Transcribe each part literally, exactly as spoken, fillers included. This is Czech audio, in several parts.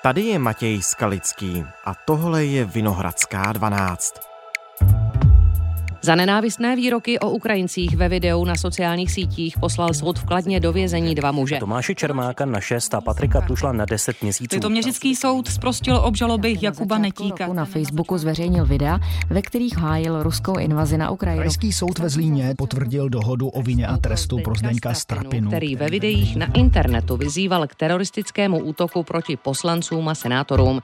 Tady je Matěj Skalický a tohle je Vinohradská dvanáct. Za nenávistné výroky o Ukrajincích ve videu na sociálních sítích poslal soud v Kladně do vězení dva muže. Tomáše Čermáka na šest a Patrika Tušla na deset měsíců. Litoměřický soud zprostil obžaloby Jakuba Netíka. Na Facebooku zveřejnil videa, ve kterých hájil ruskou invazi na Ukrajinu. Krajský soud ve Zlíně potvrdil dohodu o vině a trestu pro Zdeňka Strapinu, který ve videích na internetu vyzýval k teroristickému útoku proti poslancům a senátorům.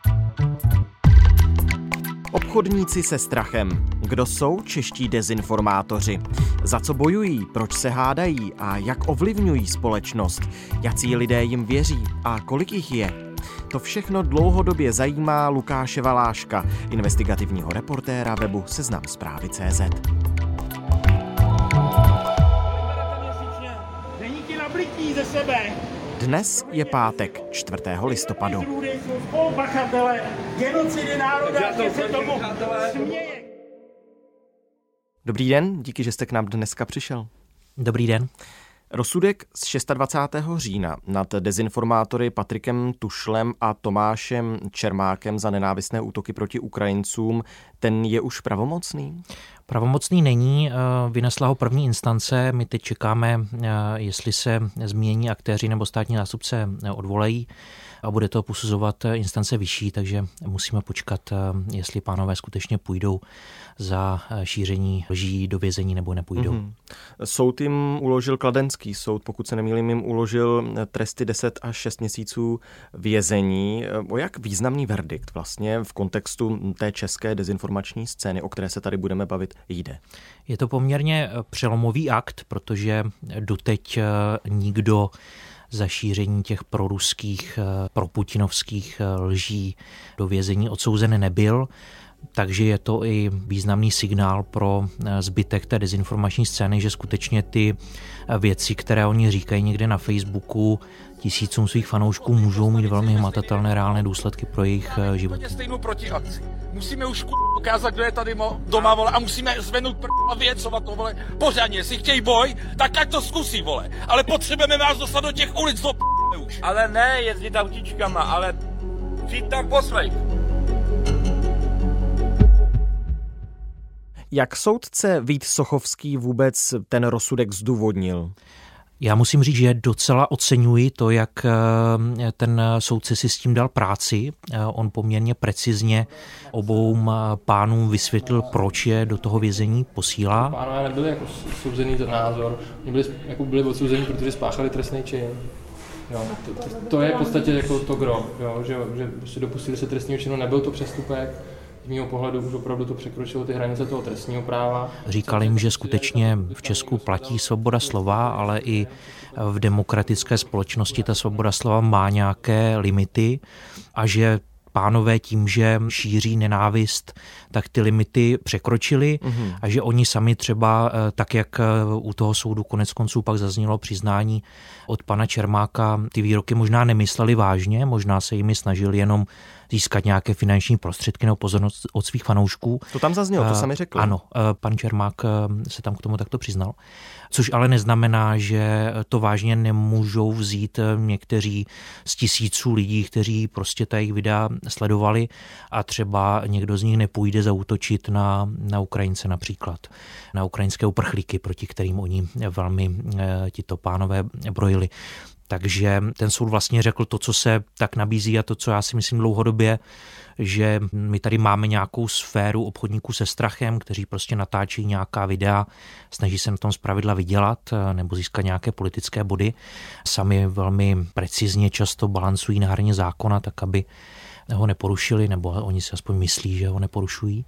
Obchodníci se strachem. Kdo jsou čeští dezinformátoři? Za co bojují, proč se hádají a jak ovlivňují společnost? Jací lidé jim věří a kolik jich je? To všechno dlouhodobě zajímá Lukáše Valáška, investigativního reportéra webu Seznam Zprávy tečka cé zet. Není ti nablití ze sebe. Dnes je pátek, čtvrtého listopadu. Dobrý den, díky, že jste k nám dneska přišel. Dobrý den. Rozsudek z dvacátého šestého října nad dezinformátory Patrikem Tušlem a Tomášem Čermákem za nenávistné útoky proti Ukrajincům, ten je už pravomocný? Pravomocný není, vynesla ho první instance, my teď čekáme, jestli se změní aktéři nebo státní zástupce odvolají a bude to posuzovat instance vyšší, takže musíme počkat, jestli pánové skutečně půjdou za šíření lží do vězení nebo nepůjdou. Mm-hmm. Soud jim uložil, kladenský soud, pokud se nemýlím, jim uložil tresty deset až šest měsíců vězení. O jak významný verdikt vlastně v kontextu té české dezinformační scény, o které se tady budeme bavit, jde? Je to poměrně přelomový akt, protože doteď nikdo za šíření těch proruských, proputinovských lží do vězení odsouzen nebyl. Takže je to i významný signál pro zbytek té dezinformační scény, že skutečně ty věci, které oni říkají někde na Facebooku tisícům svých fanoušků, můžou mít velmi hmatatelné reálné důsledky pro jejich život. Stejnou protiakci. Musíme už ukázat, kdo je tady doma, vole, a musíme zvednout pr... a věcovat to, vole, pořádně. Jestli chtějí boj, tak ať to zkusí, vole. Ale potřebujeme vás dostat do těch ulic, do p... už. Ale ne jezdit autíčkama, ale přijít tam poslej. Jak soudce Vít Sochovský vůbec ten rozsudek zdůvodnil? Já musím říct, že docela oceňuji to, jak ten soudce si s tím dal práci. On poměrně precizně obou pánům vysvětlil, proč je do toho vězení posílá. Pánové nebyli jako souzení za názor, oni byli, jako byli odsouzení, protože spáchali trestný čin. Jo, to, to, to je v podstatě jako to gro, jo, že, že prostě dopustili se trestního činu, nebyl to přestupek. Z mého pohledu už opravdu to překročilo ty hranice toho trestního práva. Říkal jim, že skutečně v Česku platí svoboda slova, ale i v demokratické společnosti ta svoboda slova má nějaké limity a že pánové tím, že šíří nenávist, tak ty limity překročili mm-hmm. a že oni sami třeba, tak jak u toho soudu konec konců pak zaznělo přiznání od pana Čermáka, ty výroky možná nemysleli vážně, možná se jimi snažili jenom získat nějaké finanční prostředky nebo pozornost od svých fanoušků. To tam zaznělo, to sami řekl. Ano, pan Čermák se tam k tomu takto přiznal. Což ale neznamená, že to vážně nemůžou vzít někteří z tisíců lidí, kteří prostě ta jejich videa sledovali a třeba někdo z nich nepůjde zaútočit na, na Ukrajince například, na ukrajinské uprchlíky, proti kterým oni velmi tito pánové brojili. Takže ten soud vlastně řekl to, co se tak nabízí a to, co já si myslím dlouhodobě, že my tady máme nějakou sféru obchodníků se strachem, kteří prostě natáčí nějaká videa, snaží se na tom zpravidla vydělat nebo získat nějaké politické body. Sami velmi precizně často balancují na hraně zákona, tak aby ho neporušili, nebo oni si aspoň myslí, že ho neporušují.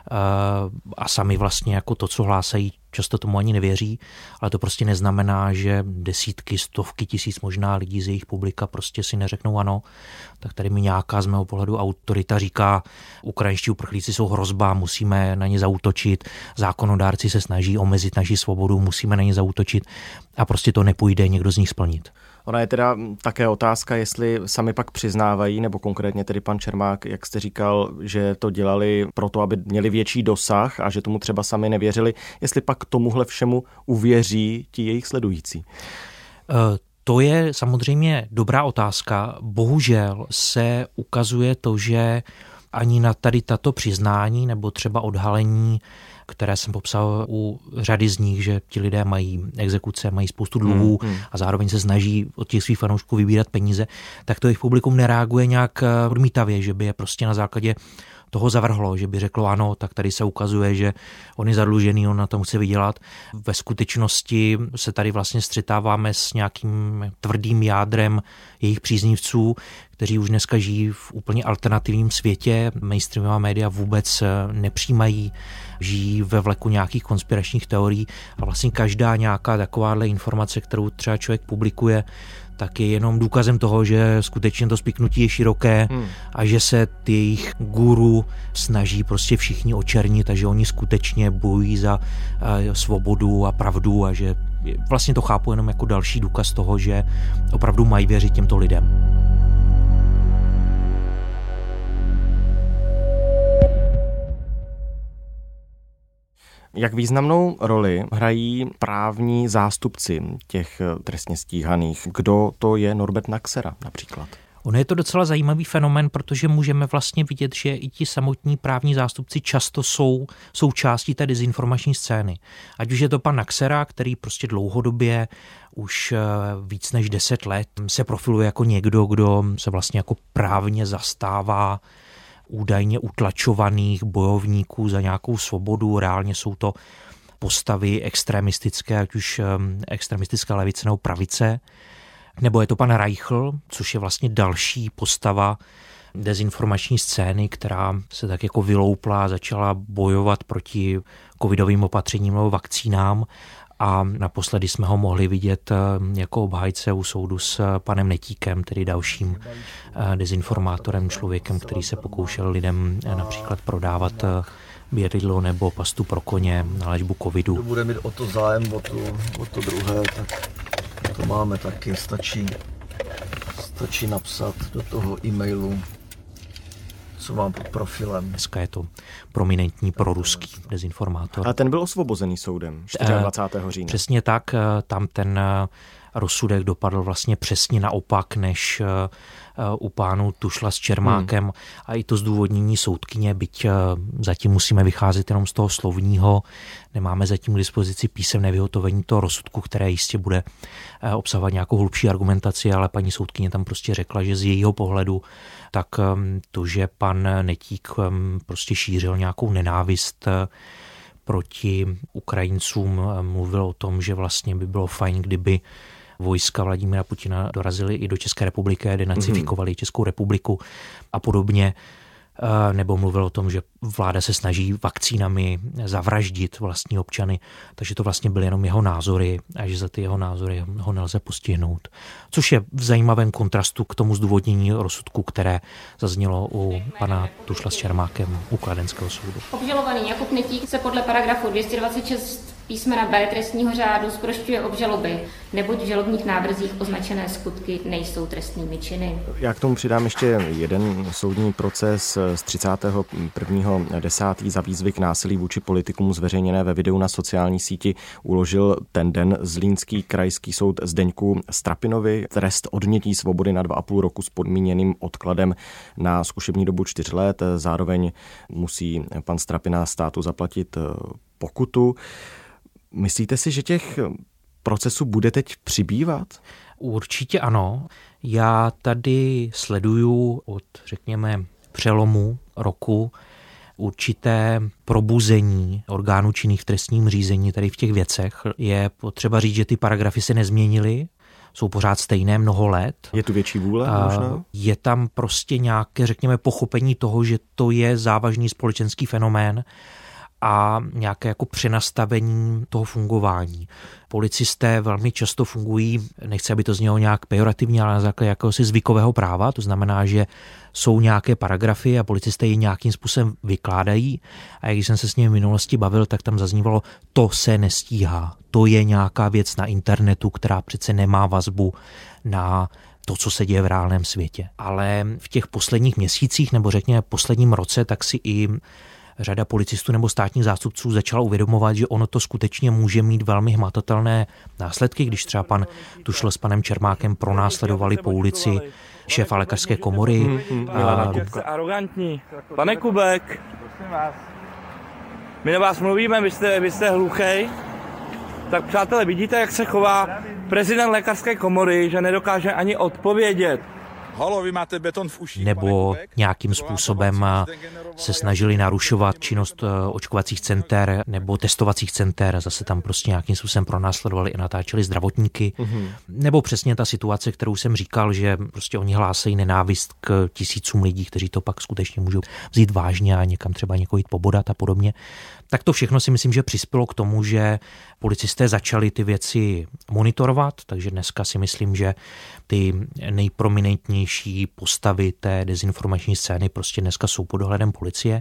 A sami vlastně jako to, co hlásají, často tomu ani nevěří, ale to prostě neznamená, že desítky, stovky tisíc možná lidí z jejich publika prostě si neřeknou ano. Tak tady mi nějaká z mého pohledu autorita říká, ukrajinští uprchlíci jsou hrozba, musíme na ně zaútočit, zákonodárci se snaží omezit naši svobodu, musíme na ně zaútočit a prostě to nepůjde někdo z nich splnit. Ona je teda také otázka, jestli sami pak přiznávají, nebo konkrétně tedy pan Čermák, jak jste říkal, že to dělali proto, aby měli větší dosah a že tomu třeba sami nevěřili, jestli pak tomuhle všemu uvěří ti jejich sledující. To je samozřejmě dobrá otázka. Bohužel se ukazuje to, že ani na tady tato přiznání nebo třeba odhalení, které jsem popsal u řady z nich, že ti lidé mají exekuce, mají spoustu dluhů hmm, hmm. a zároveň se snaží od těch svých fanoušků vybírat peníze, tak to jejich publikum nereaguje nějak odmítavě, že by je prostě na základě toho zavrhlo, že by řeklo ano, tak tady se ukazuje, že on je zadlužený, on na tom chce vydělat. Ve skutečnosti se tady vlastně střetáváme s nějakým tvrdým jádrem jejich příznivců, kteří už dneska žijí v úplně alternativním světě. Mainstreamová média vůbec nepřijímají, žijí ve vleku nějakých konspiračních teorií a vlastně každá nějaká takováhle informace, kterou třeba člověk publikuje, tak je jenom důkazem toho, že skutečně to spiknutí je široké hmm. a že se ty jejich guru snaží prostě všichni očernit a že oni skutečně bojují za uh, svobodu a pravdu a že vlastně to chápu jenom jako další důkaz toho, že opravdu mají věřit těmto lidem. Jak významnou roli hrají právní zástupci těch trestně stíhaných? Kdo to je Norbert Naxera například? Ono je to docela zajímavý fenomén, protože můžeme vlastně vidět, že i ti samotní právní zástupci často jsou součástí té dezinformační scény. Ať už je to pan Naxera, který prostě dlouhodobě už víc než deset let se profiluje jako někdo, kdo se vlastně jako právně zastává údajně utlačovaných bojovníků za nějakou svobodu. Reálně jsou to postavy extremistické, ať už extremistická levice nebo pravice. Nebo je to pan Reichl, což je vlastně další postava dezinformační scény, která se tak jako vyloupla, začala bojovat proti covidovým opatřením nebo vakcínám. A naposledy jsme ho mohli vidět jako obhájce u soudu s panem Netíkem, tedy dalším dezinformátorem, člověkem, který se pokoušel lidem například prodávat běridlo nebo pastu pro koně na léčbu covidu. Kdo bude mít o to zájem, o to, o to druhé, tak to máme taky. Stačí, stačí napsat do toho e-mailu, co mám pod profilem. Dneska je to prominentní proruský dezinformátor. A ten byl osvobozený soudem dvacátého čtvrtého října. Přesně tak, tam ten rozsudek dopadl vlastně přesně naopak, než u pánu Tušla s Čermákem hmm. a i to zdůvodnění soudkyně, byť zatím musíme vycházet jenom z toho slovního, nemáme zatím k dispozici písemné vyhotovení toho rozsudku, které jistě bude obsahovat nějakou hlubší argumentaci, ale paní soudkyně tam prostě řekla, že z jejího pohledu tak to, že pan Netík prostě šířil nějakou nenávist proti Ukrajincům, mluvil o tom, že vlastně by bylo fajn, kdyby vojska Vladimíra Putina dorazily i do České republiky, denacifikovali mm-hmm. Českou republiku a podobně. Nebo mluvil o tom, že vláda se snaží vakcínami zavraždit vlastní občany, takže to vlastně byly jenom jeho názory a že za ty jeho názory ho nelze postihnout. Což je v zajímavém kontrastu k tomu zdůvodnění rozsudku, které zaznělo u pana Tušla s Čermákem u kladenského soudu. Obžalovaný Jakub Netík se podle paragrafu dvě stě dvacet šest písmena B trestního řádu zprošťuje obžaloby, neboť v žalobních návrzích označené skutky nejsou trestnými činy. Já k tomu přidám ještě jeden soudní proces z třicátého prvního desátého za výzvy k násilí vůči politikům zveřejněné ve videu na sociální síti uložil ten den zlínský krajský soud Zdeňku Strapinovi trest odnětí svobody na dva a půl roku s podmíněným odkladem na zkušební dobu čtyř let. Zároveň musí pan Strapina státu zaplatit pokutu. Myslíte si, že těch procesů bude teď přibývat? Určitě ano. Já tady sleduju od, řekněme, přelomu roku určité probuzení orgánů činných v trestním řízení tady v těch věcech. Je potřeba říct, že ty paragrafy se nezměnily, jsou pořád stejné mnoho let. Je tu větší vůle možná? Je tam prostě nějaké, řekněme, pochopení toho, že to je závažný společenský fenomén a nějaké jako přenastavení toho fungování. Policisté velmi často fungují, nechci, aby to znělo nějak pejorativně, ale na základě jakéhosi zvykového práva, to znamená, že jsou nějaké paragrafy a policisté ji nějakým způsobem vykládají a když jsem se s nimi v minulosti bavil, tak tam zaznívalo, to se nestíhá, to je nějaká věc na internetu, která přece nemá vazbu na to, co se děje v reálném světě. Ale v těch posledních měsících, nebo řekněme posledním roce, tak si i řada policistů nebo státních zástupců začala uvědomovat, že ono to skutečně může mít velmi hmatatelné následky, když třeba pan Tušl s panem Čermákem pronásledovali po ulici šéfa lékařské komory. Hmm, hmm, a... Jak jste arrogantní. Pane Kubek, my na vás mluvíme, vy jste, vy jste hluchej. Tak přátelé, vidíte, jak se chová prezident lékařské komory, že nedokáže ani odpovědět. Halo, vy máte beton v uších, nebo nějakým způsobem se snažili narušovat činnost očkovacích center nebo testovacích center, zase tam prostě nějakým způsobem pronásledovali a natáčeli zdravotníky. Mm-hmm. Nebo přesně ta situace, kterou jsem říkal, že prostě oni hlásají nenávist k tisícům lidí, kteří to pak skutečně můžou vzít vážně a někam třeba někoho jít pobodat a podobně. Tak to všechno si myslím, že přispělo k tomu, že policisté začali ty věci monitorovat, takže dneska si myslím, že ty nejprominentnější postavy té dezinformační scény prostě dneska jsou pod dohledem policie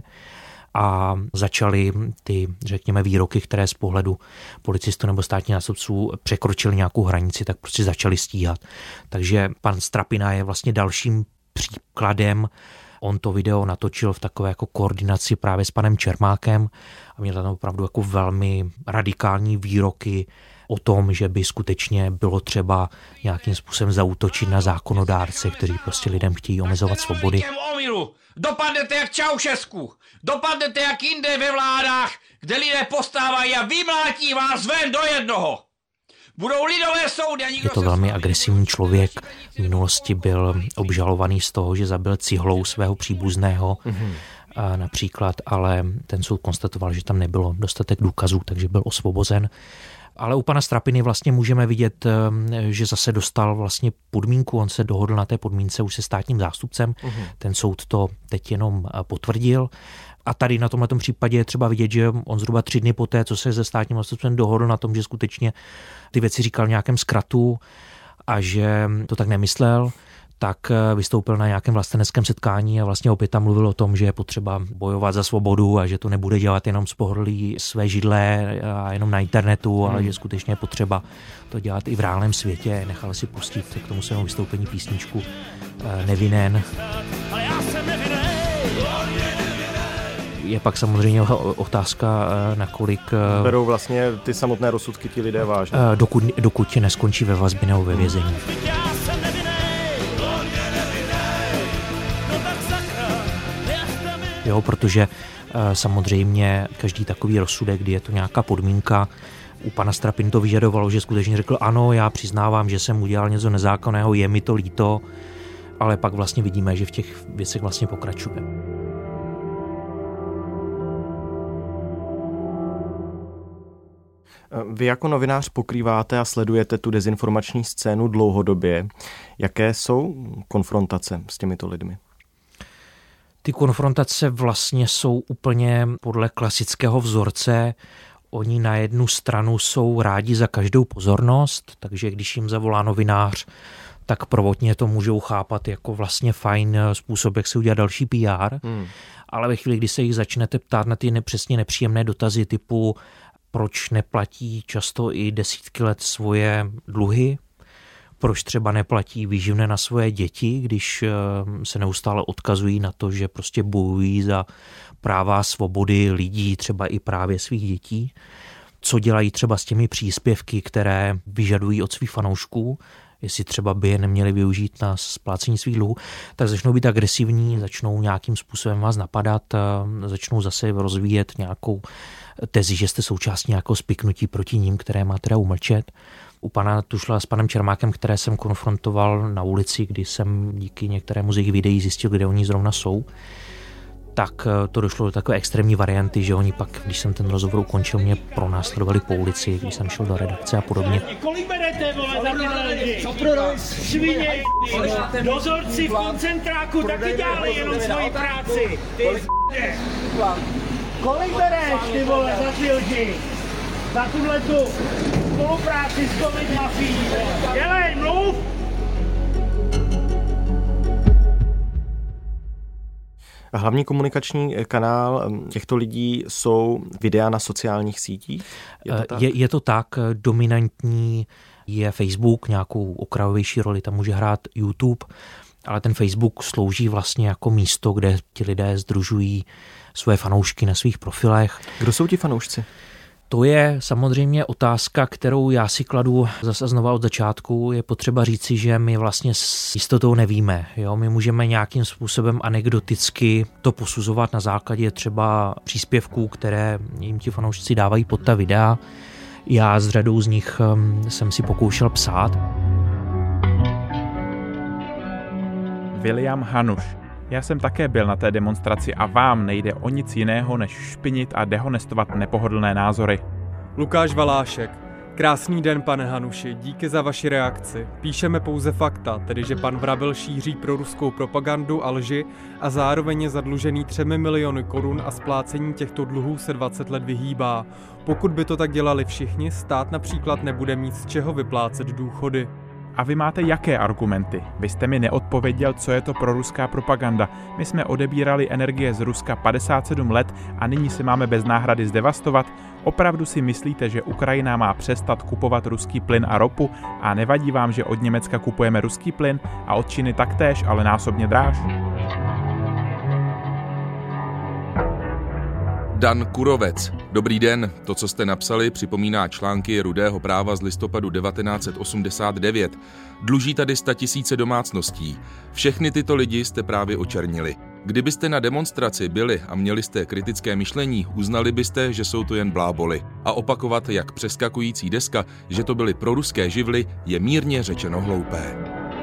a začaly ty, řekněme, výroky, které z pohledu policistů nebo státních zástupců překročily nějakou hranici, tak prostě začaly stíhat. Takže pan Strapina je vlastně dalším příkladem. On to video natočil v takové jako koordinaci právě s panem Čermákem a měl tam opravdu jako velmi radikální výroky o tom, že by skutečně bylo třeba nějakým způsobem zaútočit na zákonodárce, kteří prostě lidem chtějí omezovat svobody. Dopadnete jak Čaušesku, dopadnete jak jinde ve vládách, kde lidé postávají a vymlátí vás ven do jednoho. Budou lidové soudy a nikdo. Je to velmi agresivní člověk. V minulosti byl obžalovaný z toho, že zabil cihlou svého příbuzného mm-hmm. a například, ale ten soud konstatoval, že tam nebylo dostatek důkazů, takže byl osvobozen. Ale u pana Strapiny vlastně můžeme vidět, že zase dostal vlastně podmínku, on se dohodl na té podmínce už se státním zástupcem, mm-hmm. ten soud to teď jenom potvrdil. A tady na tomhle případě je třeba vidět, že on zhruba tři dny poté, co se se státním zástupcem dohodl na tom, že skutečně ty věci říkal v nějakém zkratu a že to tak nemyslel, tak vystoupil na nějakém vlasteneckém setkání a vlastně opět tam mluvil o tom, že je potřeba bojovat za svobodu a že to nebude dělat jenom z pohodlí své židle a jenom na internetu, hmm. ale že skutečně je potřeba to dělat i v reálném světě. Nechal si pustit k tomu svému vystoupení písničku Nevinen. Ale já jsem nevinen. Je pak samozřejmě otázka, nakolik berou vlastně ty samotné rozsudky ti lidé vážně. Dokud, dokud neskončí ve vazbě nebo ve vězení. Jo, protože samozřejmě každý takový rozsudek, kdy je to nějaká podmínka, u pana Strapiny to vyžadovalo, že skutečně řekl ano, já přiznávám, že jsem udělal něco nezákonného, je mi to líto, ale pak vlastně vidíme, že v těch věcech vlastně pokračuje. Vy jako novinář pokrýváte a sledujete tu dezinformační scénu dlouhodobě. Jaké jsou konfrontace s těmito lidmi? Ty konfrontace vlastně jsou úplně podle klasického vzorce. Oni na jednu stranu jsou rádi za každou pozornost, takže když jim zavolá novinář, tak prvotně to můžou chápat jako vlastně fajn způsob, jak si udělat další P R. Hmm. Ale ve chvíli, kdy se jich začnete ptát na ty nepřesně nepříjemné dotazy typu proč neplatí často i desítky let svoje dluhy, proč třeba neplatí výživné na svoje děti, když se neustále odkazují na to, že prostě bojují za práva a svobody lidí, třeba i právě svých dětí, co dělají třeba s těmi příspěvky, které vyžadují od svých fanoušků, jestli třeba by je neměli využít na splácení svých dluhů, tak začnou být agresivní, začnou nějakým způsobem vás napadat, začnou zase rozvíjet nějakou tezi, že jste součástí nějakého spiknutí proti ním, které má teda umlčet. U pana Tušla s panem Čermákem, které jsem konfrontoval na ulici, kdy jsem díky některému z jejich videí zjistil, kde oni zrovna jsou, tak to došlo do takové extrémní varianty, že oni pak, když jsem ten rozhovor ukončil, mě pronásledovali po ulici, když jsem šel do redakce a podobně. Kolik berete, vole, za tyhle lidi? Co pro svině, dozorci v koncentráku taky dělali jenom svoji práci. Ty kolik bereš, ty vole, za ty lidi? Za tuhle tu spolupráci s covid mafií. Dělej, mluv! Hlavní komunikační kanál těchto lidí jsou videa na sociálních sítích? Je to tak? Je, je to tak, dominantní je Facebook, nějakou okrajovější roli tam může hrát YouTube, ale ten Facebook slouží vlastně jako místo, kde ti lidé sdružují své fanoušky na svých profilech. Kdo jsou ti fanoušci? To je samozřejmě otázka, kterou já si kladu zase znova od začátku. Je potřeba říci, že my vlastně s jistotou nevíme. Jo? My můžeme nějakým způsobem anekdoticky to posuzovat na základě třeba příspěvků, které jim ti fanoušci dávají pod ta videa. Já s řadou z nich jsem si pokoušel psát. William Hanuš. Já jsem také byl na té demonstraci a vám nejde o nic jiného, než špinit a dehonestovat nepohodlné názory. Lukáš Valášek. Krásný den, pane Hanuši, díky za vaši reakci. Píšeme pouze fakta, tedy že pan Vrabel šíří proruskou propagandu a lži a zároveň je zadlužený třemi miliony korun a splácení těchto dluhů se dvacet let vyhýbá. Pokud by to tak dělali všichni, stát například nebude mít z čeho vyplácet důchody. A vy máte jaké argumenty? Vy jste mi neodpověděl, co je to proruská propaganda. My jsme odebírali energie z Ruska padesát sedm let a nyní se máme bez náhrady zdevastovat. Opravdu si myslíte, že Ukrajina má přestat kupovat ruský plyn a ropu a nevadí vám, že od Německa kupujeme ruský plyn a od Číny taktéž, ale násobně dráž? Dan Kurovec. Dobrý den. To, co jste napsali, připomíná články Rudého práva z listopadu devatenáct set osmdesát devět. Dluží tady statisíce domácností. Všechny tyto lidi jste právě očernili. Kdybyste na demonstraci byli a měli jste kritické myšlení, uznali byste, že jsou to jen bláboli. A opakovat, jak přeskakující deska, že to byly proruské živly, je mírně řečeno hloupé.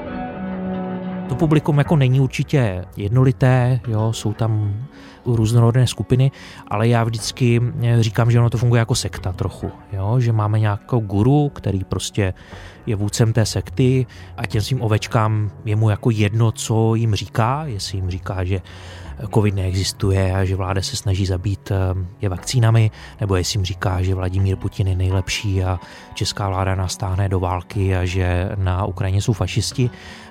To publikum jako není určitě jednolité, jo, jsou tam různorodé skupiny, ale já vždycky říkám, že ono to funguje jako sekta trochu, jo, že máme nějakou guru, který prostě je vůdcem té sekty a těm svým ovečkám je mu jako jedno, co jim říká, jestli jim říká, že covid neexistuje a že vláda se snaží zabít je vakcínami, nebo jestli jim říká, že Vladimír Putin je nejlepší a česká vláda nás táhne do války a že na Ukrajině jsou fašisti.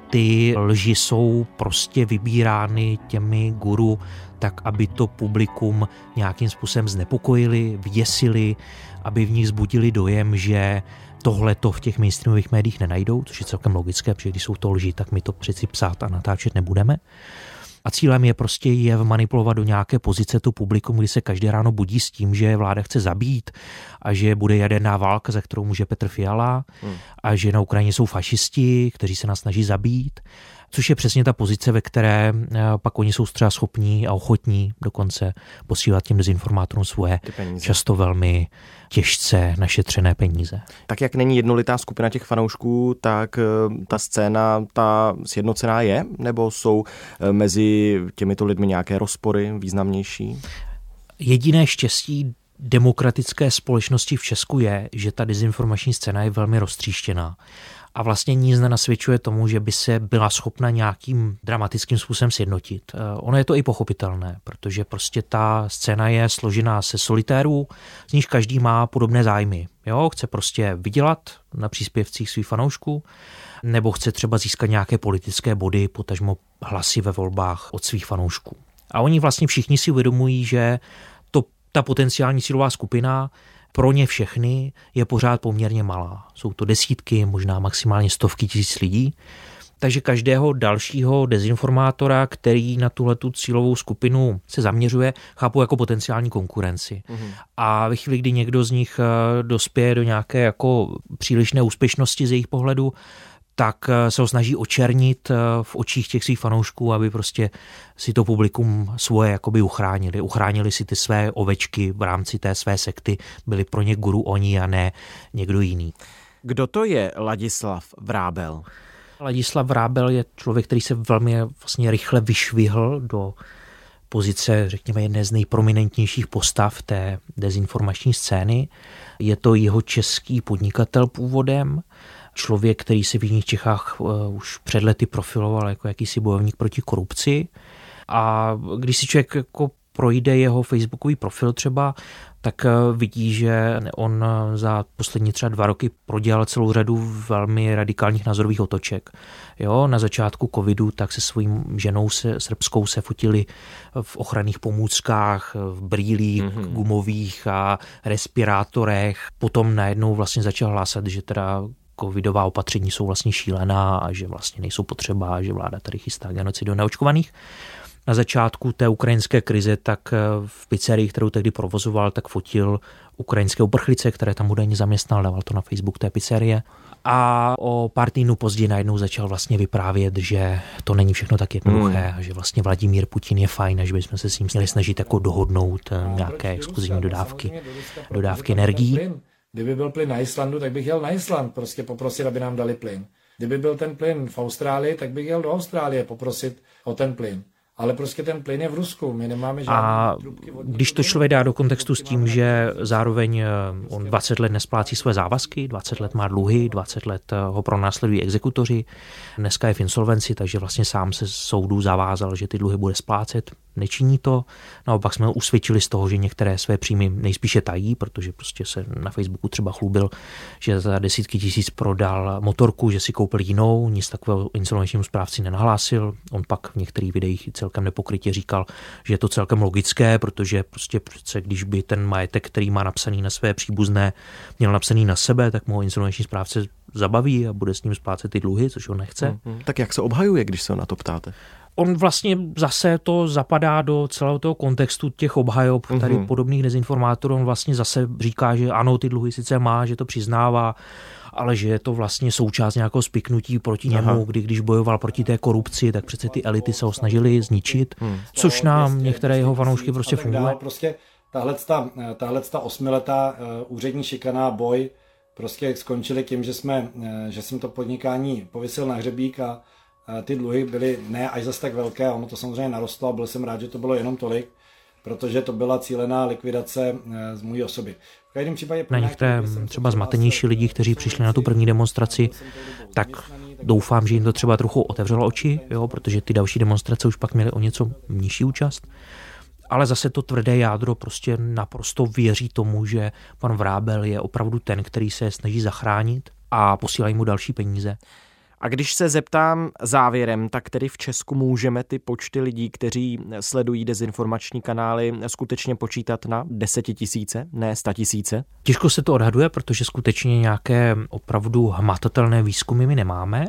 Ty lži jsou prostě vybírány těmi guru tak, aby to publikum nějakým způsobem znepokojili, vyděsili, aby v nich vzbudili dojem, že tohle to v těch mainstreamových médiích nenajdou, což je celkem logické, protože když jsou to lži, tak my to přeci psát a natáčet nebudeme. A cílem je prostě je manipulovat do nějaké pozice to publikum, kdy se každý ráno budí s tím, že vláda chce zabít a že bude jaderná válka, za kterou může Petr Fiala hmm. a že na Ukrajině jsou fašisti, kteří se nás snaží zabít, což je přesně ta pozice, ve které pak oni jsou třeba schopní a ochotní dokonce posílat těm dezinformátorům svoje často velmi těžce našetřené peníze. Tak jak není jednolitá skupina těch fanoušků, tak ta scéna, ta sjednocená je? Nebo jsou mezi těmito lidmi nějaké rozpory významnější? Jediné štěstí demokratické společnosti v Česku je, že ta dezinformační scéna je velmi roztříštěná. A vlastně nic nenasvědčuje tomu, že by se byla schopna nějakým dramatickým způsobem sjednotit. Ono je to i pochopitelné, protože prostě ta scéna je složená se solitérů, z níž každý má podobné zájmy. Jo, chce prostě vydělat na příspěvcích svých fanoušků, nebo chce třeba získat nějaké politické body, potažmo hlasy ve volbách od svých fanoušků. A oni vlastně všichni si uvědomují, že to, ta potenciální cílová skupina pro ně všechny je pořád poměrně malá. Jsou to desítky, možná maximálně stovky tisíc lidí. Takže každého dalšího dezinformátora, který na tuhletu cílovou skupinu se zaměřuje, chápu jako potenciální konkurenci. Mm. A ve chvíli, kdy někdo z nich dospěje do nějaké jako přílišné úspěšnosti z jejich pohledu, tak se ho snaží očernit v očích těch svých fanoušků, aby prostě si to publikum svoje jakoby uchránili. Uchránili si ty své ovečky v rámci té své sekty, byli pro ně guru oni a ne někdo jiný. Kdo to je Ladislav Vrábel? Ladislav Vrábel je člověk, který se velmi vlastně rychle vyšvihl do pozice, řekněme, jedné z nejprominentnějších postav té dezinformační scény. Je to jeho český podnikatel původem, člověk, který se v jiných Čechách uh, už před lety profiloval jako jakýsi bojovník proti korupci. A když si člověk jako projde jeho facebookový profil třeba, tak uh, vidí, že on za poslední třeba dva roky prodělal celou řadu velmi radikálních názorových otoček. Jo, na začátku covidu tak se svým ženou se, srbskou se fotili v ochranných pomůckách, v brýlích mm-hmm. gumových a respirátorech. Potom najednou vlastně začal hlásat, že teda covidová opatření jsou vlastně šílená a že vlastně nejsou potřeba a že vláda tady chystá genocidu neočkovaných. Na začátku té ukrajinské krize, tak v pizzerii, kterou tehdy provozoval, tak fotil ukrajinské uprchlice, které tam údajně zaměstnal, dával to na Facebook té pizzerie. A o pár týdnů později najednou začal vlastně vyprávět, že to není všechno tak jednoduché hmm. a že vlastně Vladimír Putin je fajn a že bychom se s ním měli snažit jako dohodnout nějaké exkluzivní dodávky, dodávky energií. Kdyby byl plyn na Islandu, tak bych jel na Island, prostě poprosit, aby nám dali plyn. Kdyby byl ten plyn v Austrálii, tak bych jel do Austrálie poprosit o ten plyn. Ale prostě ten plyn je v Rusku, my nemáme žádné a trubky. Když to člověk dá do kontextu s tím, že zároveň on dvacet let nesplácí své závazky, dvacet let má dluhy, dvacet let ho pronásledují exekutoři, dneska je v insolvenci, takže vlastně sám se soudu zavázal, že ty dluhy bude splácet, nečiní to. Naopak jsme ho usvědčili z toho, že některé své příjmy nejspíše tají, protože prostě se na Facebooku třeba chlubil, že za desítky tisíc prodal motorku, že si koupil jinou, nic takového insolvenčnímu správci nenahlásil. On pak v některých videích celkem nepokrytě říkal, že je to celkem logické, protože prostě přece, když by ten majetek, který má napsaný na své příbuzné, měl napsaný na sebe, tak mu ho insolvenční správce zabaví a bude s ním splácet ty dluhy, což on nechce. Hmm, tak jak se obhajuje, když se na to ptáte? On vlastně zase to zapadá do celého toho kontextu těch obhajob, tady mm-hmm. podobných dezinformátorů. On vlastně zase říká, že ano, ty dluhy sice má, že to přiznává, ale že je to vlastně součást nějakého spiknutí proti Aha. němu, kdy když bojoval proti té korupci, tak přece ty elity se ho snažili zničit, hmm. což nám některé jeho fanoušky prostě funguje. Prostě tahle osmiletá úřední šikana, boj, prostě skončili tím, že, jsme, že jsem to podnikání pověsil na hřebík a ty dluhy byly ne až zas tak velké, ono to samozřejmě narostlo a byl jsem rád, že to bylo jenom tolik, protože to byla cílená likvidace z mojí osoby. V každém případě na některé třeba zmatenější lidi, kteří přišli na tu první demonstraci, tak doufám, že jim to třeba trochu otevřelo oči, jo, protože ty další demonstrace už pak měly o něco nižší účast. Ale zase to tvrdé jádro prostě naprosto věří tomu, že pan Vrábel je opravdu ten, který se snaží zachránit a posílají mu další peníze. A když se zeptám závěrem, tak tedy v Česku můžeme ty počty lidí, kteří sledují dezinformační kanály, skutečně počítat na desetitisíce, ne statisíce? Těžko se to odhaduje, protože skutečně nějaké opravdu hmatatelné výzkumy my nemáme,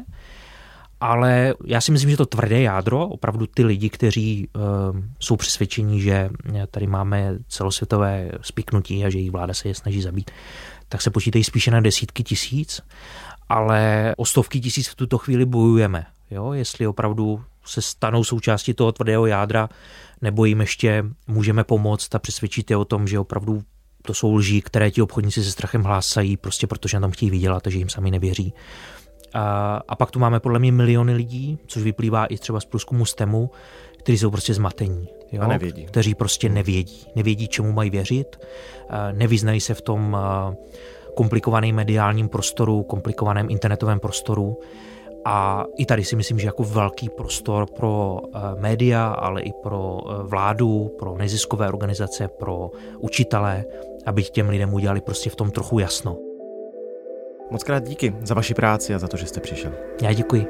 ale já si myslím, že to tvrdé jádro, opravdu ty lidi, kteří uh, jsou přesvědčeni, že tady máme celosvětové spiknutí a že jejich vláda se je snaží zabít, tak se počítají spíše na desítky tisíc, ale o stovky tisíc v tuto chvíli bojujeme. Jo? Jestli opravdu se stanou součástí toho tvrdého jádra, nebo jim ještě můžeme pomoct a přesvědčit je o tom, že opravdu to jsou lži, které ti obchodníci se strachem hlásají, prostě protože na tom chtějí vydělat a že jim sami nevěří. A, a pak tu máme podle mě miliony lidí, což vyplývá i třeba z průzkumu STEMu, kteří jsou prostě zmatení. Jo? A nevědí. Kteří prostě nevědí. Nevědí, čemu mají věřit, nevyznají se v tom komplikovaném mediálním prostoru, komplikovaném internetovém prostoru. A i tady si myslím, že jako velký prostor pro média, ale i pro vládu, pro neziskové organizace, pro učitele, aby těm lidem udělali prostě v tom trochu jasno. Moc krát díky za vaši práci a za to, že jste přišel. Já děkuji.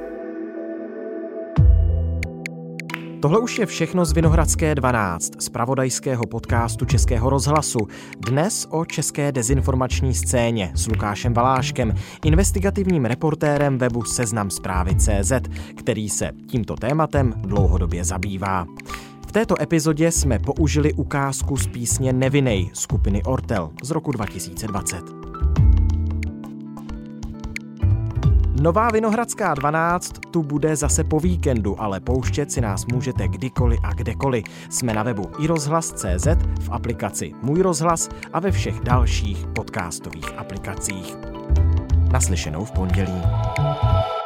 Tohle už je všechno z Vinohradské dvanáct, z zpravodajského podcastu Českého rozhlasu. Dnes o české dezinformační scéně s Lukášem Valáškem, investigativním reportérem webu Seznam Zprávy tečka cé zet, který se tímto tématem dlouhodobě zabývá. V této epizodě jsme použili ukázku z písně Nevinnej skupiny Ortel z roku dva tisíce dvacet. Nová Vinohradská dvanáct tu bude zase po víkendu, ale pouštět si nás můžete kdykoliv a kdekoliv. Jsme na webu i rozhlas tečka cé zet, v aplikaci Můj rozhlas a ve všech dalších podcastových aplikacích. Naslyšenou v pondělí.